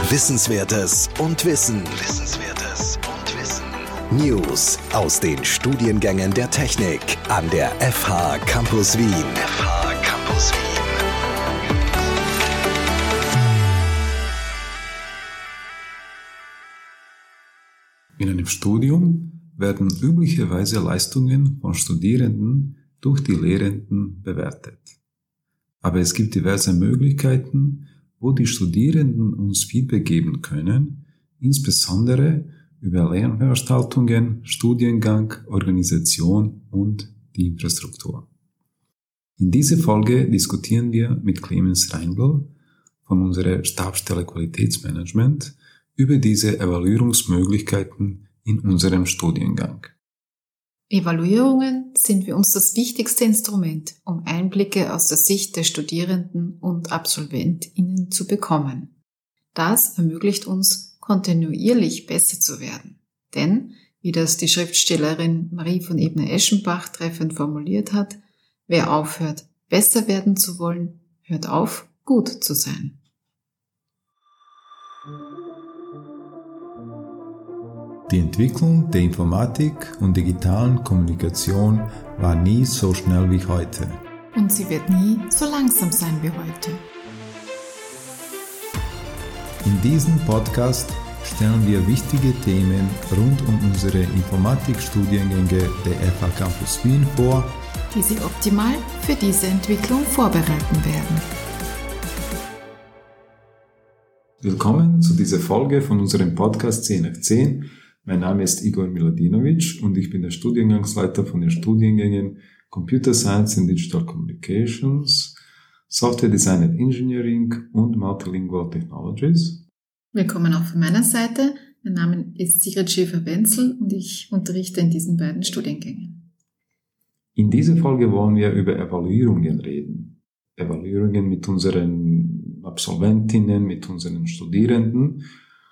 Wissenswertes und Wissen. News aus den Studiengängen der Technik an der FH Campus Wien. In einem Studium werden üblicherweise Leistungen von Studierenden durch die Lehrenden bewertet. Aber es gibt diverse Möglichkeiten, wo die Studierenden uns Feedback geben können, insbesondere über Lernveranstaltungen, Studiengang, Organisation und die Infrastruktur. In dieser Folge diskutieren wir mit Clemens Reindl von unserer Stabsstelle Qualitätsmanagement über diese Evaluierungsmöglichkeiten in unserem Studiengang. Evaluierungen sind für uns das wichtigste Instrument, um Einblicke aus der Sicht der Studierenden und AbsolventInnen zu bekommen. Das ermöglicht uns, kontinuierlich besser zu werden. Denn, wie das die Schriftstellerin Marie von Ebner-Eschenbach treffend formuliert hat, wer aufhört, besser werden zu wollen, hört auf, gut zu sein. Die Entwicklung der Informatik und digitalen Kommunikation war nie so schnell wie heute. Und sie wird nie so langsam sein wie heute. In diesem Podcast stellen wir wichtige Themen rund um unsere Informatikstudiengänge der FH Campus Wien vor, die Sie optimal für diese Entwicklung vorbereiten werden. Willkommen zu dieser Folge von unserem Podcast 10x10. Mein Name ist Igor Miladinovic und ich bin der Studiengangsleiter von den Studiengängen Computer Science and Digital Communications, Software Design and Engineering und Multilingual Technologies. Willkommen auch von meiner Seite. Mein Name ist Sigrid Schäfer-Wenzel und ich unterrichte in diesen beiden Studiengängen. In dieser Folge wollen wir über Evaluierungen reden. Evaluierungen mit unseren Absolventinnen, mit unseren Studierenden.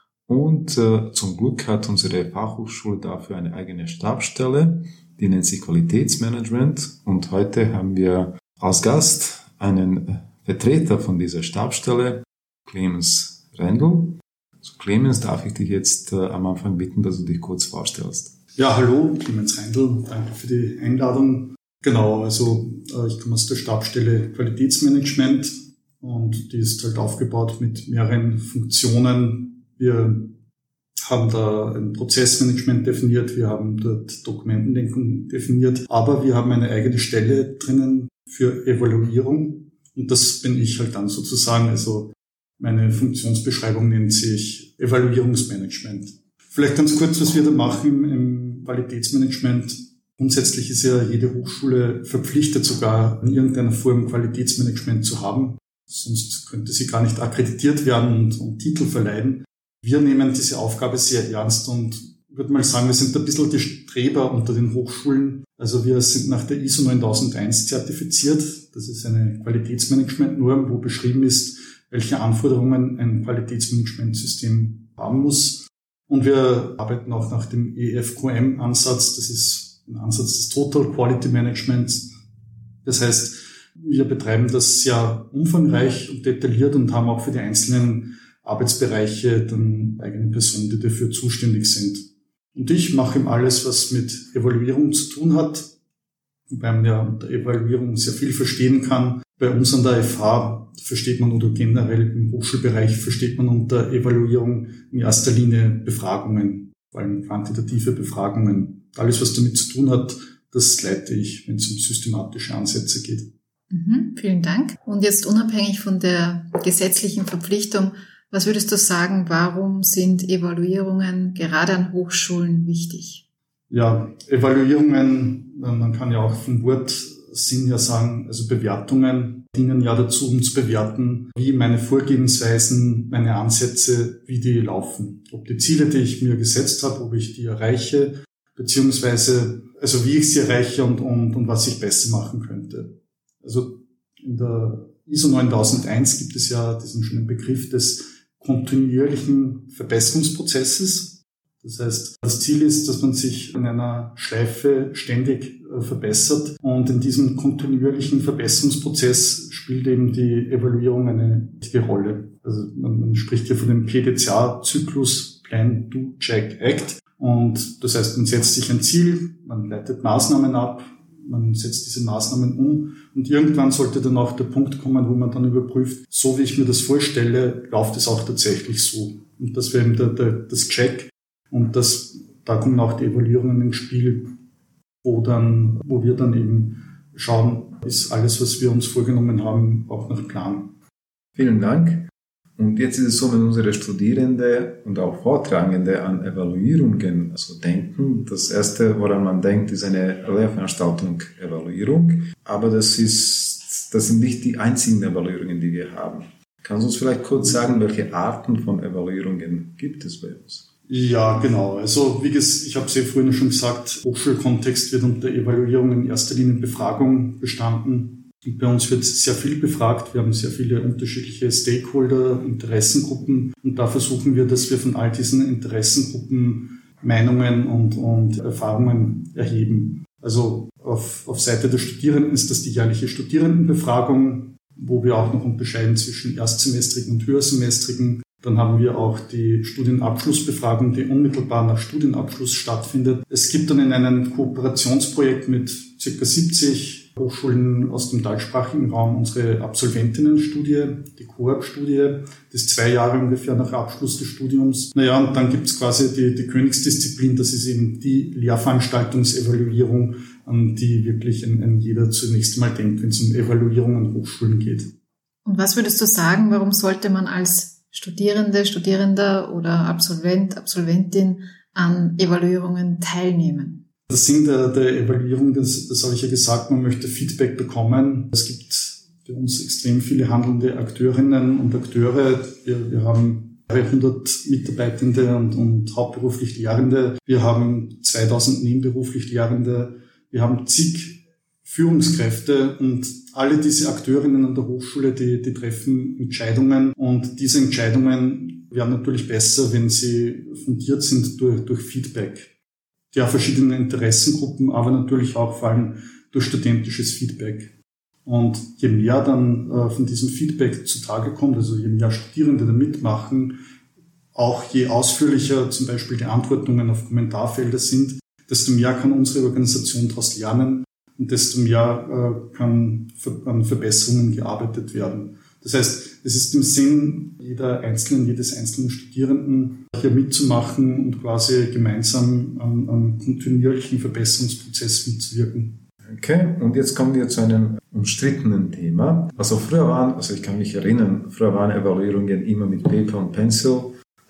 Und zum Glück hat unsere Fachhochschule dafür eine eigene Stabsstelle, die nennt sich Qualitätsmanagement. Und heute haben wir als Gast einen Vertreter von dieser Stabsstelle, Clemens Reindl. Also Clemens, darf ich dich jetzt am Anfang bitten, dass du dich kurz vorstellst? Ja, hallo, Clemens Reindl, danke für die Einladung. Genau, also ich komme aus der Stabsstelle Qualitätsmanagement und die ist halt aufgebaut mit mehreren Funktionen. Wir haben da ein Prozessmanagement definiert, wir haben dort Dokumentendenkung definiert, aber wir haben eine eigene Stelle drinnen für Evaluierung und das bin ich halt dann sozusagen, also meine Funktionsbeschreibung nennt sich Evaluierungsmanagement. Vielleicht ganz kurz, was wir da machen im Qualitätsmanagement. Grundsätzlich ist ja jede Hochschule verpflichtet, sogar in irgendeiner Form Qualitätsmanagement zu haben, sonst könnte sie gar nicht akkreditiert werden und Titel verleihen. Wir nehmen diese Aufgabe sehr ernst und würde mal sagen, wir sind ein bisschen die Streber unter den Hochschulen. Also wir sind nach der ISO 9001 zertifiziert. Das ist eine Qualitätsmanagement-Norm, wo beschrieben ist, welche Anforderungen ein Qualitätsmanagementsystem haben muss. Und wir arbeiten auch nach dem EFQM-Ansatz. Das ist ein Ansatz des Total Quality Managements. Das heißt, wir betreiben das sehr umfangreich und detailliert und haben auch für die einzelnen Arbeitsbereiche dann eigene Personen, die dafür zuständig sind. Und ich mache ihm alles, was mit Evaluierung zu tun hat, wobei man ja unter Evaluierung sehr viel verstehen kann. Bei uns an der FH versteht man oder generell im Hochschulbereich versteht man unter Evaluierung in erster Linie Befragungen, vor allem quantitative Befragungen. Alles, was damit zu tun hat, das leite ich, wenn es um systematische Ansätze geht. Vielen Dank. Und jetzt unabhängig von der gesetzlichen Verpflichtung, was würdest du sagen, warum sind Evaluierungen gerade an Hochschulen wichtig? Ja, Evaluierungen, man kann ja auch vom Wortsinn her sagen, also Bewertungen dienen ja dazu, um zu bewerten, wie meine Vorgehensweisen, meine Ansätze, wie die laufen. Ob die Ziele, die ich mir gesetzt habe, ob ich die erreiche, beziehungsweise also wie ich sie erreiche und was ich besser machen könnte. Also in der ISO 9001 gibt es ja diesen schönen Begriff des kontinuierlichen Verbesserungsprozesses. Das heißt, das Ziel ist, dass man sich in einer Schleife ständig verbessert und in diesem kontinuierlichen Verbesserungsprozess spielt eben die Evaluierung eine wichtige Rolle. Also man spricht hier von dem PDCA-Zyklus, Plan, Do, Check, Act. Und das heißt, man setzt sich ein Ziel, man leitet Maßnahmen ab, man setzt diese Maßnahmen um und irgendwann sollte dann auch der Punkt kommen, wo man dann überprüft, so wie ich mir das vorstelle, läuft es auch tatsächlich so. Und das wäre eben das Check. Und da kommen auch die Evaluierungen ins Spiel, wo wir dann eben schauen, ist alles, was wir uns vorgenommen haben, auch nach Plan. Vielen Dank. Und jetzt ist es so, wenn unsere Studierende und auch Vortragende an Evaluierungen denken. Das erste, woran man denkt, ist eine Lehrveranstaltung Evaluierung. Aber das sind nicht die einzigen Evaluierungen, die wir haben. Kannst du uns vielleicht kurz sagen, welche Arten von Evaluierungen gibt es bei uns? Ja, genau. Also ich habe es ja vorhin schon gesagt, Hochschulkontext wird unter Evaluierung in erster Linie Befragung bestanden. Und bei uns wird sehr viel befragt. Wir haben sehr viele unterschiedliche Stakeholder, Interessengruppen. Und da versuchen wir, dass wir von all diesen Interessengruppen Meinungen und Erfahrungen erheben. Also auf Seite der Studierenden ist das die jährliche Studierendenbefragung, wo wir auch noch unterscheiden zwischen erstsemestrigen und höhersemestrigen. Dann haben wir auch die Studienabschlussbefragung, die unmittelbar nach Studienabschluss stattfindet. Es gibt dann in einem Kooperationsprojekt mit ca. 70 Hochschulen aus dem deutschsprachigen Raum unsere Absolventinnenstudie, die Coop-Studie, das ist 2 Jahre ungefähr nach Abschluss des Studiums. Naja, und dann gibt's quasi die Königsdisziplin, das ist eben die Lehrveranstaltungsevaluierung, an die wirklich jeder zunächst mal denkt, wenn es um Evaluierung an Hochschulen geht. Und was würdest du sagen, warum sollte man als Studierender oder Absolvent, Absolventin an Evaluierungen teilnehmen? Das Sinn der Evaluierung, das habe ich ja gesagt, man möchte Feedback bekommen. Es gibt bei uns extrem viele handelnde Akteurinnen und Akteure. Wir haben 300 Mitarbeitende und hauptberuflich Lehrende. Wir haben 2000 nebenberuflich Lehrende. Wir haben zig Führungskräfte und alle diese Akteurinnen an der Hochschule, die treffen Entscheidungen und diese Entscheidungen werden natürlich besser, wenn sie fundiert sind durch Feedback der verschiedenen Interessengruppen, aber natürlich auch vor allem durch studentisches Feedback. Und je mehr dann von diesem Feedback zutage kommt, also je mehr Studierende da mitmachen, auch je ausführlicher zum Beispiel die Antworten auf Kommentarfelder sind, desto mehr kann unsere Organisation daraus lernen und desto mehr kann an Verbesserungen gearbeitet werden. Das heißt, es ist im Sinn jedes einzelnen Studierenden, hier mitzumachen und quasi gemeinsam am kontinuierlichen Verbesserungsprozess mitzuwirken. Okay, und jetzt kommen wir zu einem umstrittenen Thema. Ich kann mich erinnern, früher waren Evaluierungen immer mit Paper und Pencil.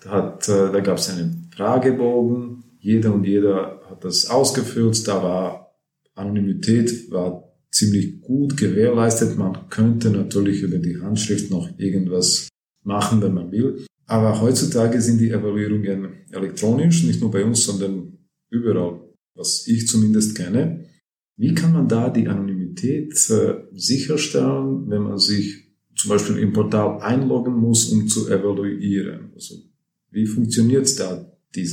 Da gab es einen Fragebogen, jeder hat das ausgefüllt, da war Anonymität, war ziemlich gut gewährleistet. Man könnte natürlich über die Handschrift noch irgendwas machen, wenn man will. Aber heutzutage sind die Evaluierungen elektronisch, nicht nur bei uns, sondern überall, was ich zumindest kenne. Wie kann man da die Anonymität sicherstellen, wenn man sich zum Beispiel im Portal einloggen muss, um zu evaluieren? Also, wie funktioniert da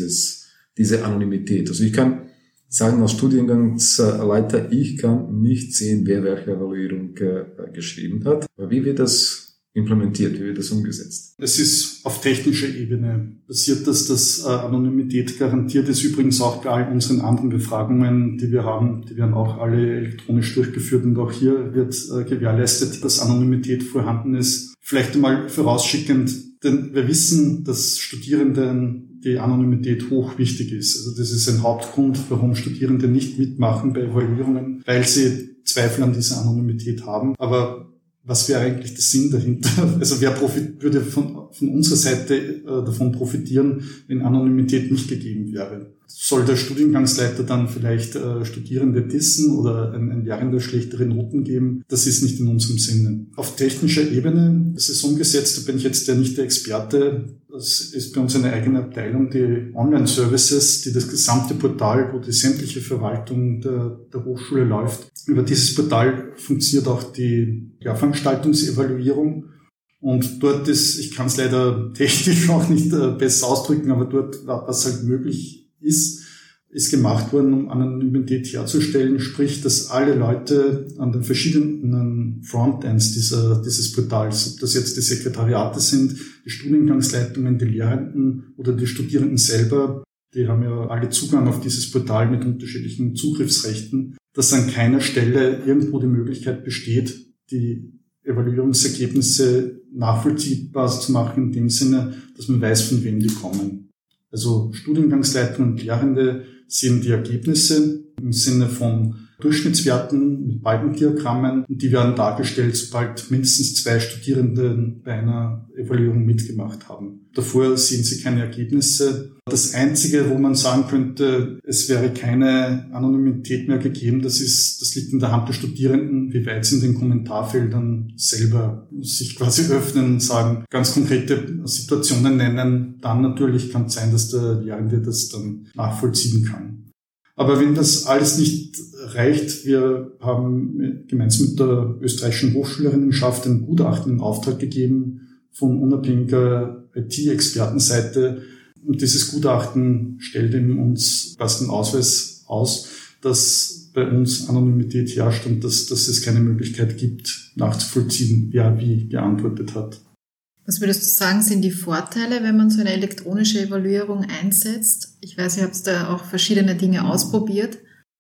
diese Anonymität? Also ich kann sagen, als Studiengangsleiter, ich kann nicht sehen, wer welche Evaluierung geschrieben hat. Aber wie wird das implementiert, wie wird das umgesetzt? Es ist auf technischer Ebene passiert, dass Anonymität garantiert ist. Übrigens auch bei all unseren anderen Befragungen, die wir haben, die werden auch alle elektronisch durchgeführt. Und auch hier wird gewährleistet, dass Anonymität vorhanden ist. Vielleicht einmal vorausschickend, denn wir wissen, dass Studierenden die Anonymität hoch wichtig ist. Also das ist ein Hauptgrund, warum Studierende nicht mitmachen bei Evaluierungen, weil sie Zweifel an dieser Anonymität haben. Aber was wäre eigentlich der Sinn dahinter? Also wer würde von unserer Seite davon profitieren, wenn Anonymität nicht gegeben wäre? Soll der Studiengangsleiter dann vielleicht Studierende dissen oder ein Lehrender schlechtere Noten geben? Das ist nicht in unserem Sinne. Auf technischer Ebene ist es umgesetzt, da bin ich jetzt nicht der Experte. Das ist bei uns eine eigene Abteilung, die Online-Services, die das gesamte Portal, wo die sämtliche Verwaltung der Hochschule läuft. Über dieses Portal funktioniert auch die Lehrveranstaltungsevaluierung. Und dort ist, ich kann es leider technisch auch nicht besser ausdrücken, aber dort war es halt möglich, ist gemacht worden, um Anonymität herzustellen, sprich, dass alle Leute an den verschiedenen Frontends dieses Portals, ob das jetzt die Sekretariate sind, die Studiengangsleitungen, die Lehrenden oder die Studierenden selber, die haben ja alle Zugang auf dieses Portal mit unterschiedlichen Zugriffsrechten, dass an keiner Stelle irgendwo die Möglichkeit besteht, die Evaluierungsergebnisse nachvollziehbar zu machen, in dem Sinne, dass man weiß, von wem die kommen. Also Studiengangsleitungen und Lehrende sehen die Ergebnisse im Sinne von Durchschnittswerten mit Balkendiagrammen und die werden dargestellt, sobald mindestens 2 Studierende bei einer Evaluierung mitgemacht haben. Davor sehen sie keine Ergebnisse. Das Einzige, wo man sagen könnte, es wäre keine Anonymität mehr gegeben, das liegt in der Hand der Studierenden, wie weit sie in den Kommentarfeldern selber sich quasi öffnen und sagen, ganz konkrete Situationen nennen. Dann natürlich kann es sein, dass der Lehrende das dann nachvollziehen kann. Aber wenn das alles nicht reicht, wir haben gemeinsam mit der österreichischen Hochschülerinnenschaft ein Gutachten in Auftrag gegeben von unabhängiger IT-Expertenseite. Und dieses Gutachten stellt eben uns fast einen Ausweis aus, dass bei uns Anonymität herrscht und dass es keine Möglichkeit gibt, nachzuvollziehen, wer wie geantwortet hat. Was würdest du sagen, sind die Vorteile, wenn man so eine elektronische Evaluierung einsetzt? Ich weiß, ihr habt da auch verschiedene Dinge ausprobiert.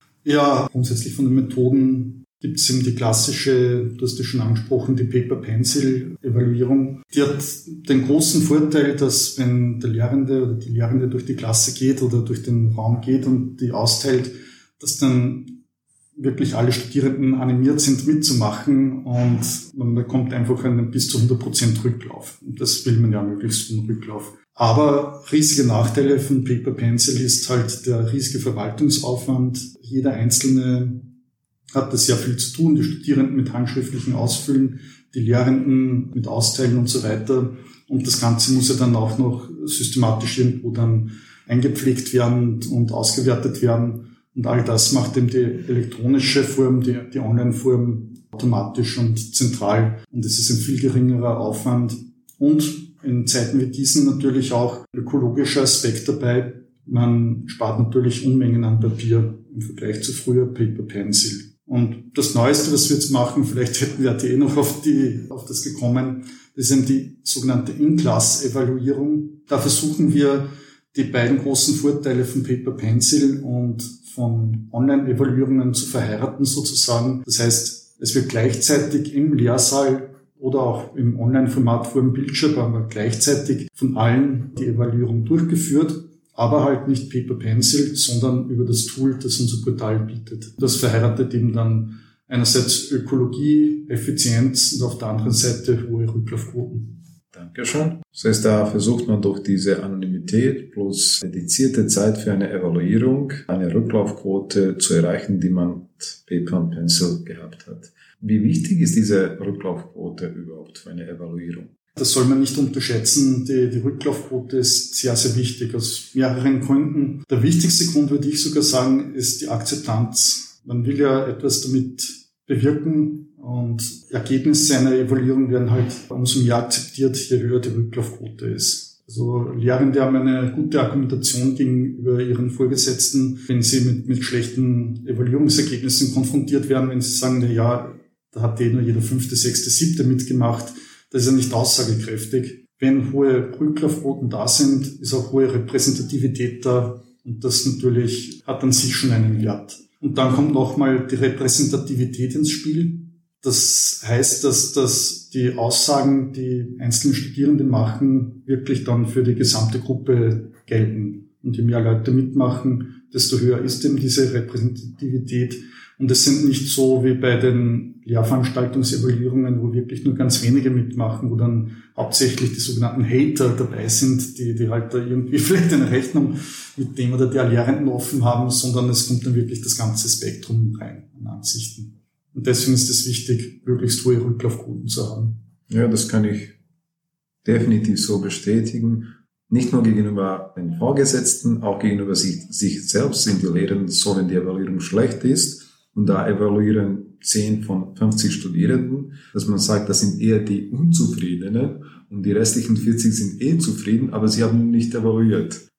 Ja, grundsätzlich von den Methoden gibt es eben die klassische, du hast ja schon angesprochen, die Paper-Pencil-Evaluierung. Die hat den großen Vorteil, dass wenn der Lehrende oder die Lehrende durch die Klasse geht oder durch den Raum geht und die austeilt, dass dann wirklich alle Studierenden animiert sind mitzumachen und man bekommt einfach einen bis zu 100% Rücklauf. Und das will man ja möglichst, einen Rücklauf. Aber riesige Nachteile von Paper Pencil ist halt der riesige Verwaltungsaufwand. Jeder Einzelne hat da sehr viel zu tun. Die Studierenden mit handschriftlichen Ausfüllen, die Lehrenden mit Austeilen und so weiter. Und das Ganze muss ja dann auch noch systematisch irgendwo dann eingepflegt werden und ausgewertet werden. Und all das macht eben die elektronische Form, die Online-Form automatisch und zentral. Und es ist ein viel geringerer Aufwand. Und in Zeiten wie diesen natürlich auch ökologischer Aspekt dabei. Man spart natürlich Unmengen an Papier im Vergleich zu früher Paper Pencil. Und das Neueste, was wir jetzt machen, vielleicht hätten wir noch auf das gekommen, das ist eben die sogenannte In-Class-Evaluierung. Da versuchen wir, die beiden großen Vorteile von Paper Pencil und von Online-Evaluierungen zu verheiraten sozusagen. Das heißt, es wird gleichzeitig im Lehrsaal oder auch im Online-Format vor dem Bildschirm, aber gleichzeitig von allen die Evaluierung durchgeführt, aber halt nicht Paper Pencil, sondern über das Tool, das unser Portal bietet. Das verheiratet eben dann einerseits Ökologie, Effizienz und auf der anderen Seite hohe Rücklaufquoten. Dankeschön. Das heißt, da versucht man durch diese Anonymität plus dedizierte Zeit für eine Evaluierung eine Rücklaufquote zu erreichen, die man mit Paper und Pencil gehabt hat. Wie wichtig ist diese Rücklaufquote überhaupt für eine Evaluierung? Das soll man nicht unterschätzen. Die Rücklaufquote ist sehr, sehr wichtig aus mehreren Gründen. Der wichtigste Grund, würde ich sogar sagen, ist die Akzeptanz. Man will ja etwas damit bewirken und Ergebnisse einer Evaluierung werden halt umso mehr akzeptiert, je höher die Rücklaufquote ist. Also Lehrende haben eine gute Argumentation gegenüber ihren Vorgesetzten, wenn sie mit schlechten Evaluierungsergebnissen konfrontiert werden, wenn sie sagen, na ja, da hat nur jeder 5., 6., 7. mitgemacht. Das ist ja nicht aussagekräftig. Wenn hohe Rücklaufquoten da sind, ist auch hohe Repräsentativität da und das natürlich hat an sich schon einen Wert. Und dann kommt nochmal die Repräsentativität ins Spiel. Das heißt, dass die Aussagen, die einzelne Studierende machen, wirklich dann für die gesamte Gruppe gelten. Und je mehr Leute mitmachen, desto höher ist eben diese Repräsentativität. Und es sind nicht so wie bei den Lehrveranstaltungsevaluierungen, wo wirklich nur ganz wenige mitmachen, wo dann hauptsächlich die sogenannten Hater dabei sind, die halt da irgendwie vielleicht eine Rechnung mit dem oder der Lehrenden offen haben, sondern es kommt dann wirklich das ganze Spektrum rein an Ansichten. Und deswegen ist es wichtig, möglichst hohe Rücklaufquoten zu haben. Ja, das kann ich definitiv so bestätigen. Nicht nur gegenüber den Vorgesetzten, auch gegenüber sich selbst sind die Lehrenden so, wenn die Evaluierung schlecht ist. Und da evaluieren 10 von 50 Studierenden, dass man sagt, das sind eher die Unzufriedenen und die restlichen 40 sind zufrieden, aber sie haben nicht evaluiert.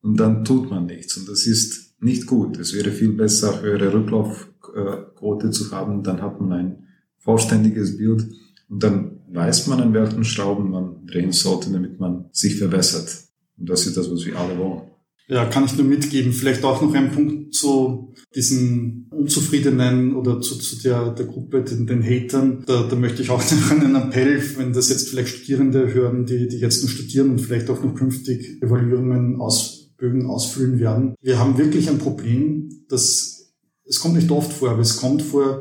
und dann tut man nichts. Und das ist nicht gut. Es wäre viel besser, höhere Rücklaufquote zu haben. Dann hat man ein vollständiges Bild und dann weiß man, an welchen Schrauben man drehen sollte, damit man sich verbessert. Und das ist das, was wir alle wollen. Ja, kann ich nur mitgeben. Vielleicht auch noch ein Punkt zu diesen Unzufriedenen oder zu der Gruppe, den Hatern. Da möchte ich auch noch einen Appell, wenn das jetzt vielleicht Studierende hören, die jetzt noch studieren und vielleicht auch noch künftig Evaluierungen Bögen ausfüllen werden. Wir haben wirklich ein Problem, es kommt nicht oft vor, aber es kommt vor,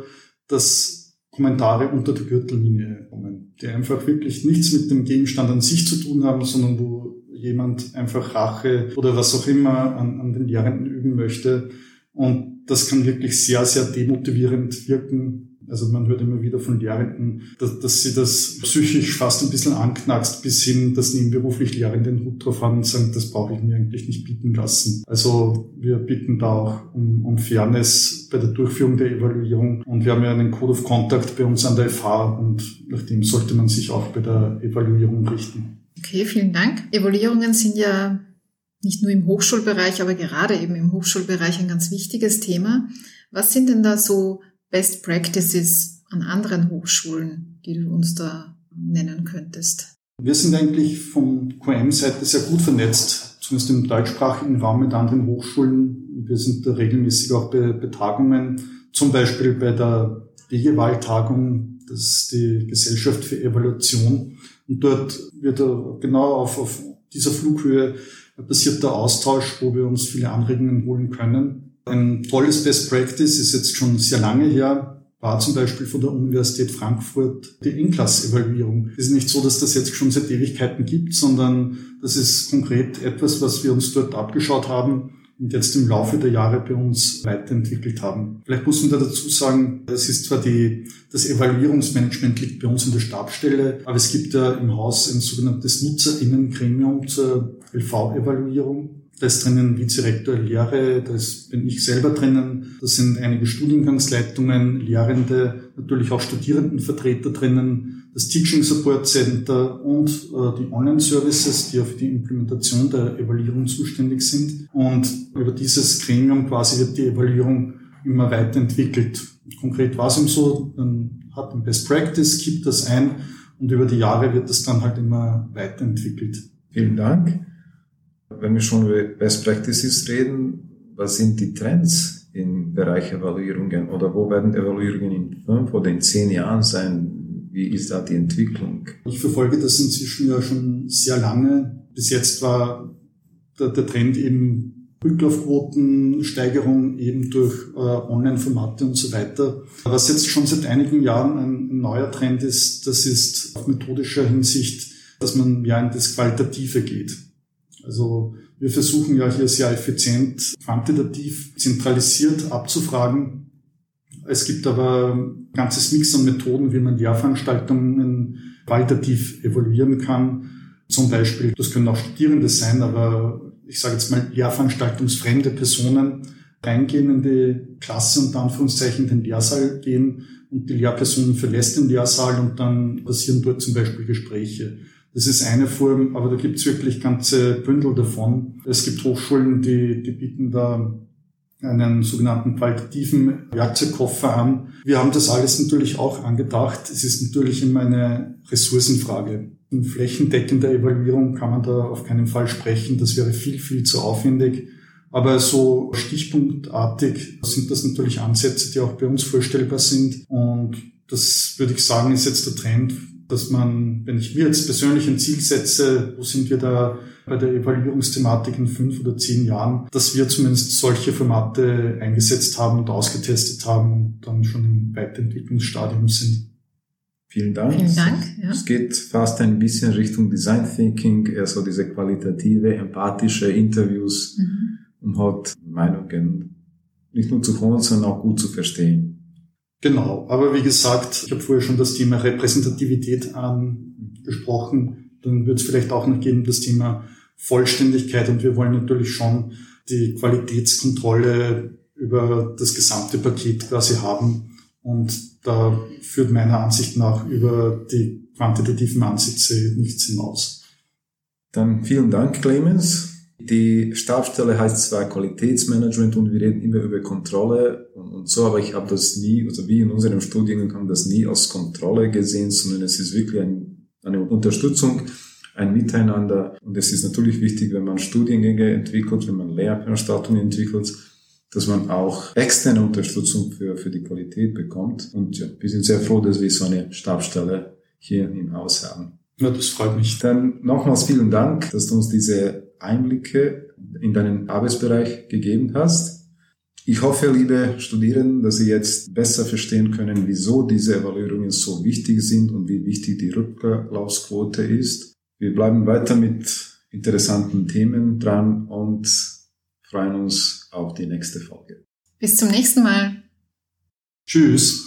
dass Kommentare unter der Gürtellinie kommen, die einfach wirklich nichts mit dem Gegenstand an sich zu tun haben, sondern wo jemand einfach Rache oder was auch immer an den Lehrenden üben möchte. Und das kann wirklich sehr, sehr demotivierend wirken. Also man hört immer wieder von Lehrenden, dass sie das psychisch fast ein bisschen anknackst, bis hin, dass nebenberuflich Lehrende den Hut drauf haben und sagen, das brauche ich mir eigentlich nicht bieten lassen. Also wir bitten da auch um Fairness bei der Durchführung der Evaluierung. Und wir haben ja einen Code of Conduct bei uns an der FH und nach dem sollte man sich auch bei der Evaluierung richten. Okay, vielen Dank. Evaluierungen sind ja nicht nur im Hochschulbereich, aber gerade eben im Hochschulbereich ein ganz wichtiges Thema. Was sind denn da so Best Practices an anderen Hochschulen, die du uns da nennen könntest? Wir sind eigentlich von QM-Seite sehr gut vernetzt, zumindest im deutschsprachigen Raum mit anderen Hochschulen. Wir sind da regelmäßig auch bei Tagungen, zum Beispiel bei der DGWAL-Tagung, das ist die Gesellschaft für Evaluation. Und dort wird genau auf dieser Flughöhe passiert der Austausch, wo wir uns viele Anregungen holen können. Ein tolles Best Practice ist jetzt schon sehr lange her, war zum Beispiel von der Universität Frankfurt die N-Class-Evaluierung. Es ist nicht so, dass das jetzt schon seit Ewigkeiten gibt, sondern das ist konkret etwas, was wir uns dort abgeschaut haben und jetzt im Laufe der Jahre bei uns weiterentwickelt haben. Vielleicht muss man da dazu sagen, es ist zwar das Evaluierungsmanagement liegt bei uns in der Stabsstelle, aber es gibt ja im Haus ein sogenanntes NutzerInnen-Gremium zur LV-Evaluierung. Da ist drinnen Vizerektor Lehre, da bin ich selber drinnen, da sind einige Studiengangsleitungen, Lehrende, natürlich auch Studierendenvertreter drinnen, das Teaching Support Center und die Online-Services, die ja für die Implementation der Evaluierung zuständig sind. Und über dieses Gremium quasi wird die Evaluierung immer weiterentwickelt. Konkret war es eben so, man hat ein Best Practice, kippt das ein und über die Jahre wird das dann halt immer weiterentwickelt. Vielen Dank. Wenn wir schon über Best Practices reden, was sind die Trends im Bereich Evaluierungen oder wo werden Evaluierungen in 5 oder in 10 Jahren sein? Wie ist da die Entwicklung? Ich verfolge das inzwischen ja schon sehr lange. Bis jetzt war der Trend eben Rücklaufquotensteigerung eben durch Online-Formate und so weiter. Was jetzt schon seit einigen Jahren ein neuer Trend ist, das ist auf methodischer Hinsicht, dass man mehr in das Qualitative geht. Also wir versuchen ja hier sehr effizient, quantitativ, zentralisiert abzufragen. Es gibt aber ein ganzes Mix an Methoden, wie man Lehrveranstaltungen qualitativ evaluieren kann. Zum Beispiel, das können auch Studierende sein, aber ich sage jetzt mal lehrveranstaltungsfremde Personen reingehen in die Klasse und Anführungszeichen in den Lehrsaal gehen und die Lehrperson verlässt den Lehrsaal und dann passieren dort zum Beispiel Gespräche. Das ist eine Form, aber da gibt es wirklich ganze Bündel davon. Es gibt Hochschulen, die bieten da einen sogenannten qualitativen Werkzeugkoffer an. Wir haben das alles natürlich auch angedacht. Es ist natürlich immer eine Ressourcenfrage. In flächendeckender Evaluierung kann man da auf keinen Fall sprechen. Das wäre viel, viel zu aufwendig. Aber so stichpunktartig sind das natürlich Ansätze, die auch bei uns vorstellbar sind. Und das würde ich sagen, ist jetzt der Trend, dass man, wenn ich mir jetzt persönlich ein Ziel setze, wo sind wir da bei der Evaluierungsthematik in 5 oder 10 Jahren, dass wir zumindest solche Formate eingesetzt haben und ausgetestet haben und dann schon im Weiterentwicklungsstadium sind. Vielen Dank. Vielen Dank. Ja. Es geht fast ein bisschen Richtung Design Thinking, eher so diese qualitative, empathische Interviews, um halt Meinungen nicht nur zu hören, sondern auch gut zu verstehen. Genau, aber wie gesagt, ich habe vorher schon das Thema Repräsentativität angesprochen. Dann wird es vielleicht auch noch geben, das Thema Vollständigkeit. Und wir wollen natürlich schon die Qualitätskontrolle über das gesamte Paket quasi haben. Und da führt meiner Ansicht nach über die quantitativen Ansätze nichts hinaus. Dann vielen Dank, Clemens. Die Stabsstelle heißt zwar Qualitätsmanagement und wir reden immer über Kontrolle und so, aber ich habe das nie, also wie in unserem Studiengang, das nie als Kontrolle gesehen, sondern es ist wirklich eine Unterstützung, ein Miteinander. Und es ist natürlich wichtig, wenn man Studiengänge entwickelt, wenn man Lehrveranstaltungen entwickelt, dass man auch externe Unterstützung für die Qualität bekommt. Und ja, wir sind sehr froh, dass wir so eine Stabsstelle hier im Haus haben. Ja, das freut mich. Dann nochmals vielen Dank, dass du uns diese Einblicke in deinen Arbeitsbereich gegeben hast. Ich hoffe, liebe Studierenden, dass Sie jetzt besser verstehen können, wieso diese Evaluierungen so wichtig sind und wie wichtig die Rücklaufsquote ist. Wir bleiben weiter mit interessanten Themen dran und freuen uns auf die nächste Folge. Bis zum nächsten Mal. Tschüss.